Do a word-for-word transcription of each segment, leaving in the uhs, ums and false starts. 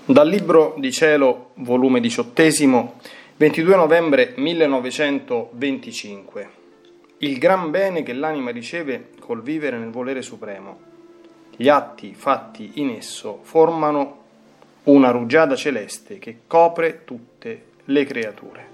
Dal Libro di Cielo, volume diciottesimo, ventidue novembre millenovecentoventicinque. Il gran bene che l'anima riceve col vivere nel volere supremo. Gli atti fatti in esso formano una rugiada celeste che copre tutte le creature.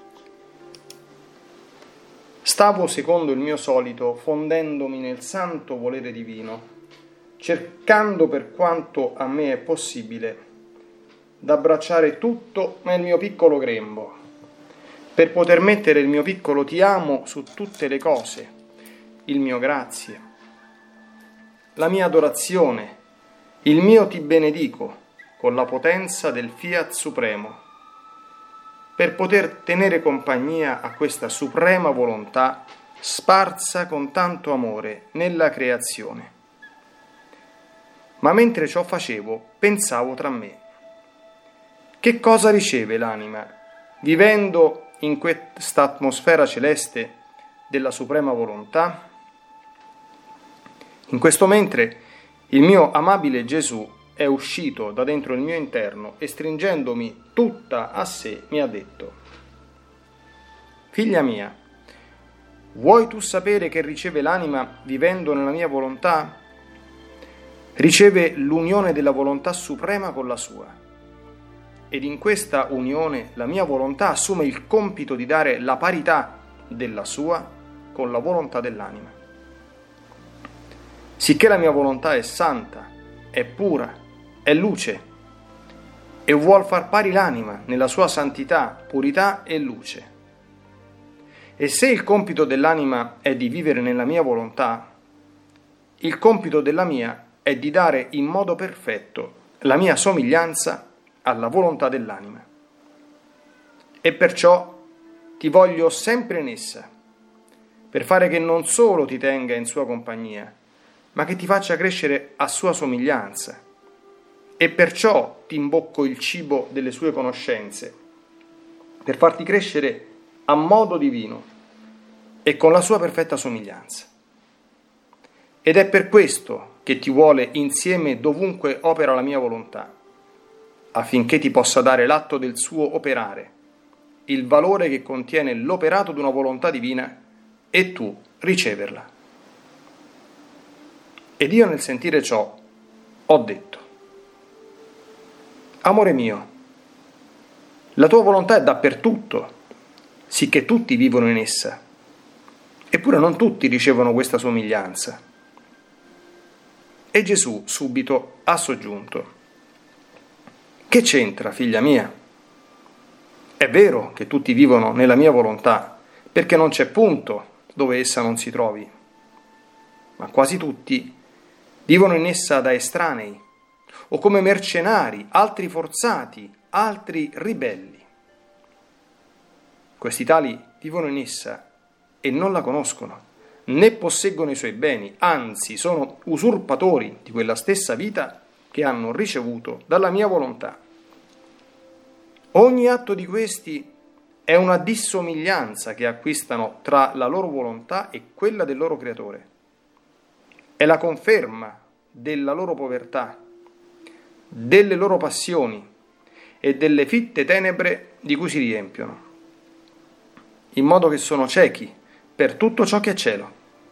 Stavo, secondo il mio solito, fondendomi nel santo volere divino, cercando per quanto a me è possibile d'abbracciare tutto nel mio piccolo grembo, per poter mettere il mio piccolo ti amo su tutte le cose, il mio grazie, la mia adorazione, il mio ti benedico, con la potenza del Fiat Supremo, per poter tenere compagnia a questa suprema volontà sparsa con tanto amore nella creazione. Ma mentre ciò facevo, pensavo tra me: che cosa riceve l'anima vivendo in questa atmosfera celeste della suprema volontà? In questo mentre il mio amabile Gesù è uscito da dentro il mio interno e, stringendomi tutta a sé, mi ha detto: figlia mia, vuoi tu sapere che riceve l'anima vivendo nella mia volontà? Riceve l'unione della volontà suprema con la sua. Ed in questa unione la mia volontà assume il compito di dare la parità della sua con la volontà dell'anima. Sicché la mia volontà è santa, è pura, è luce, e vuol far pari l'anima nella sua santità, purità e luce. E se il compito dell'anima è di vivere nella mia volontà, il compito della mia è di dare in modo perfetto la mia somiglianza alla volontà dell'anima. E perciò ti voglio sempre in essa, per fare che non solo ti tenga in sua compagnia, ma che ti faccia crescere a sua somiglianza. E perciò ti imbocco il cibo delle sue conoscenze, per farti crescere a modo divino e con la sua perfetta somiglianza. Ed è per questo che ti vuole insieme dovunque opera la mia volontà, affinché ti possa dare l'atto del suo operare, il valore che contiene l'operato di una volontà divina, e tu riceverla. Ed io, nel sentire ciò, ho detto: amore mio, la tua volontà è dappertutto, sicché tutti vivono in essa, eppure non tutti ricevono questa somiglianza. E Gesù subito ha soggiunto: che c'entra, figlia mia? È vero che tutti vivono nella mia volontà, perché non c'è punto dove essa non si trovi, ma quasi tutti vivono in essa da estranei, o come mercenari, altri forzati, altri ribelli. Questi tali vivono in essa e non la conoscono, né posseggono i suoi beni, anzi sono usurpatori di quella stessa vita che hanno ricevuto dalla mia volontà. Ogni atto di questi è una dissomiglianza che acquistano tra la loro volontà e quella del loro creatore. È la conferma della loro povertà, delle loro passioni e delle fitte tenebre di cui si riempiono, in modo che sono ciechi per tutto ciò che è cielo.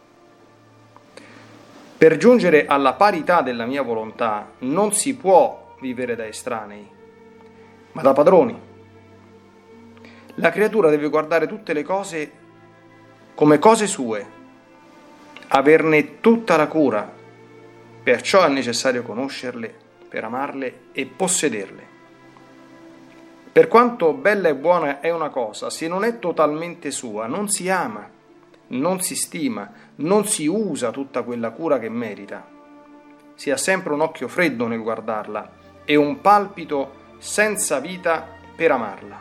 Per giungere alla parità della mia volontà non si può vivere da estranei, ma da padroni. La creatura deve guardare tutte le cose come cose sue, averne tutta la cura, perciò è necessario conoscerle, per amarle e possederle. Per quanto bella e buona è una cosa, se non è totalmente sua, non si ama, non si stima, non si usa tutta quella cura che merita. Si ha sempre un occhio freddo nel guardarla e un palpito senza vita per amarla.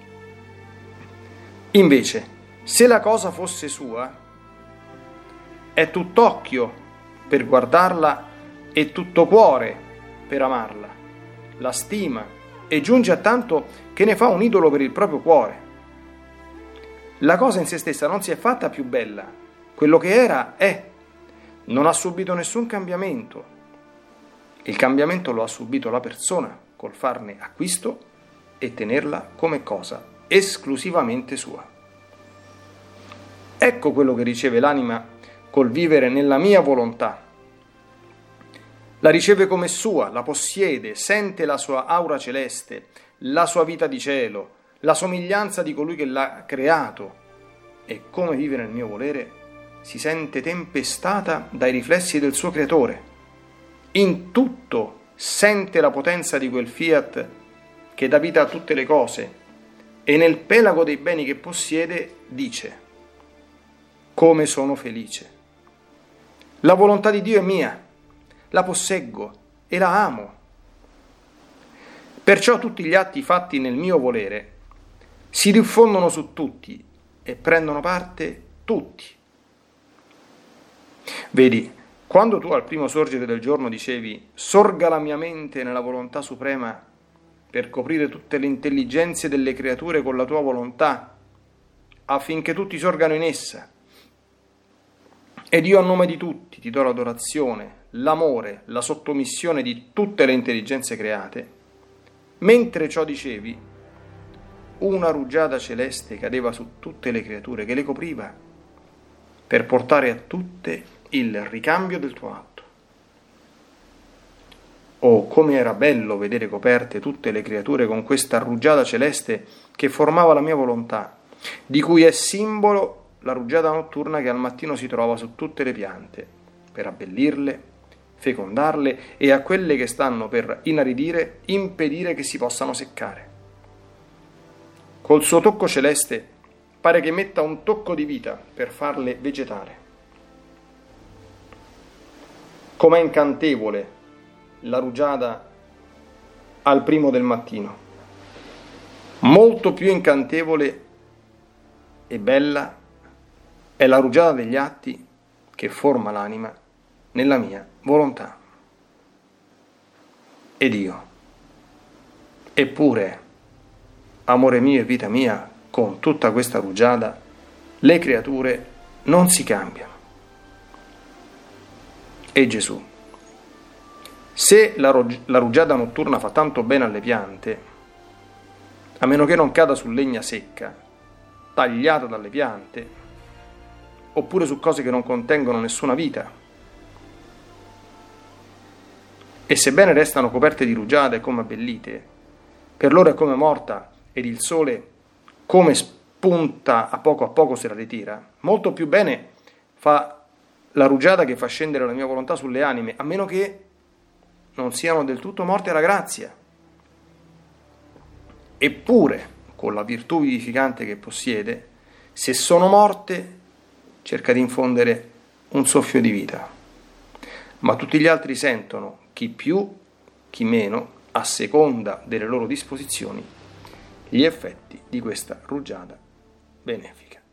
Invece, se la cosa fosse sua, è tutt'occhio per guardarla e tutto cuore per amarla, la stima e giunge a tanto che ne fa un idolo per il proprio cuore. La cosa in se stessa non si è fatta più bella, quello che era è, non ha subito nessun cambiamento. Il cambiamento lo ha subito la persona. col farne acquisto e tenerla come cosa esclusivamente sua. Ecco quello che riceve l'anima col vivere nella mia volontà. La riceve come sua, la possiede, sente la sua aura celeste, la sua vita di cielo, la somiglianza di colui che l'ha creato, e come vive nel mio volere si sente tempestata dai riflessi del suo creatore. In tutto sente la potenza di quel fiat che dà vita a tutte le cose, e nel pelago dei beni che possiede dice: come sono felice. La volontà di Dio è mia, la posseggo e la amo. Perciò tutti gli atti fatti nel mio volere si diffondono su tutti e prendono parte tutti. Vedi, quando tu al primo sorgere del giorno dicevi: sorga la mia mente nella volontà suprema per coprire tutte le intelligenze delle creature con la tua volontà, affinché tutti sorgano in essa, ed io a nome di tutti ti do l'adorazione, l'amore, la sottomissione di tutte le intelligenze create, mentre ciò dicevi, una rugiada celeste cadeva su tutte le creature che le copriva, per portare a tutte il ricambio del tuo atto. Oh, come era bello vedere coperte tutte le creature con questa rugiada celeste che formava la mia volontà, di cui è simbolo la rugiada notturna che al mattino si trova su tutte le piante, per abbellirle, fecondarle e a quelle che stanno per inaridire impedire che si possano seccare. Col suo tocco celeste pare che metta un tocco di vita per farle vegetare. Com'è incantevole la rugiada al primo del mattino, molto più incantevole e bella è la rugiada degli atti che forma l'anima nella mia volontà. Ed io, eppure, amore mio e vita mia, con tutta questa rugiada, le creature non si cambiano. E Gesù, se la, rug- la rugiada notturna fa tanto bene alle piante, a meno che non cada su legna secca, tagliata dalle piante, oppure su cose che non contengono nessuna vita, e sebbene restano coperte di rugiada e come abbellite, per loro è come morta, ed il sole come spunta a poco a poco se la ritira, molto più bene fa la rugiada che fa scendere la mia volontà sulle anime, a meno che non siano del tutto morte alla grazia. Eppure, con la virtù vivificante che possiede, se sono morte, cerca di infondere un soffio di vita. Ma tutti gli altri sentono, chi più, chi meno, a seconda delle loro disposizioni, gli effetti di questa rugiada benefica.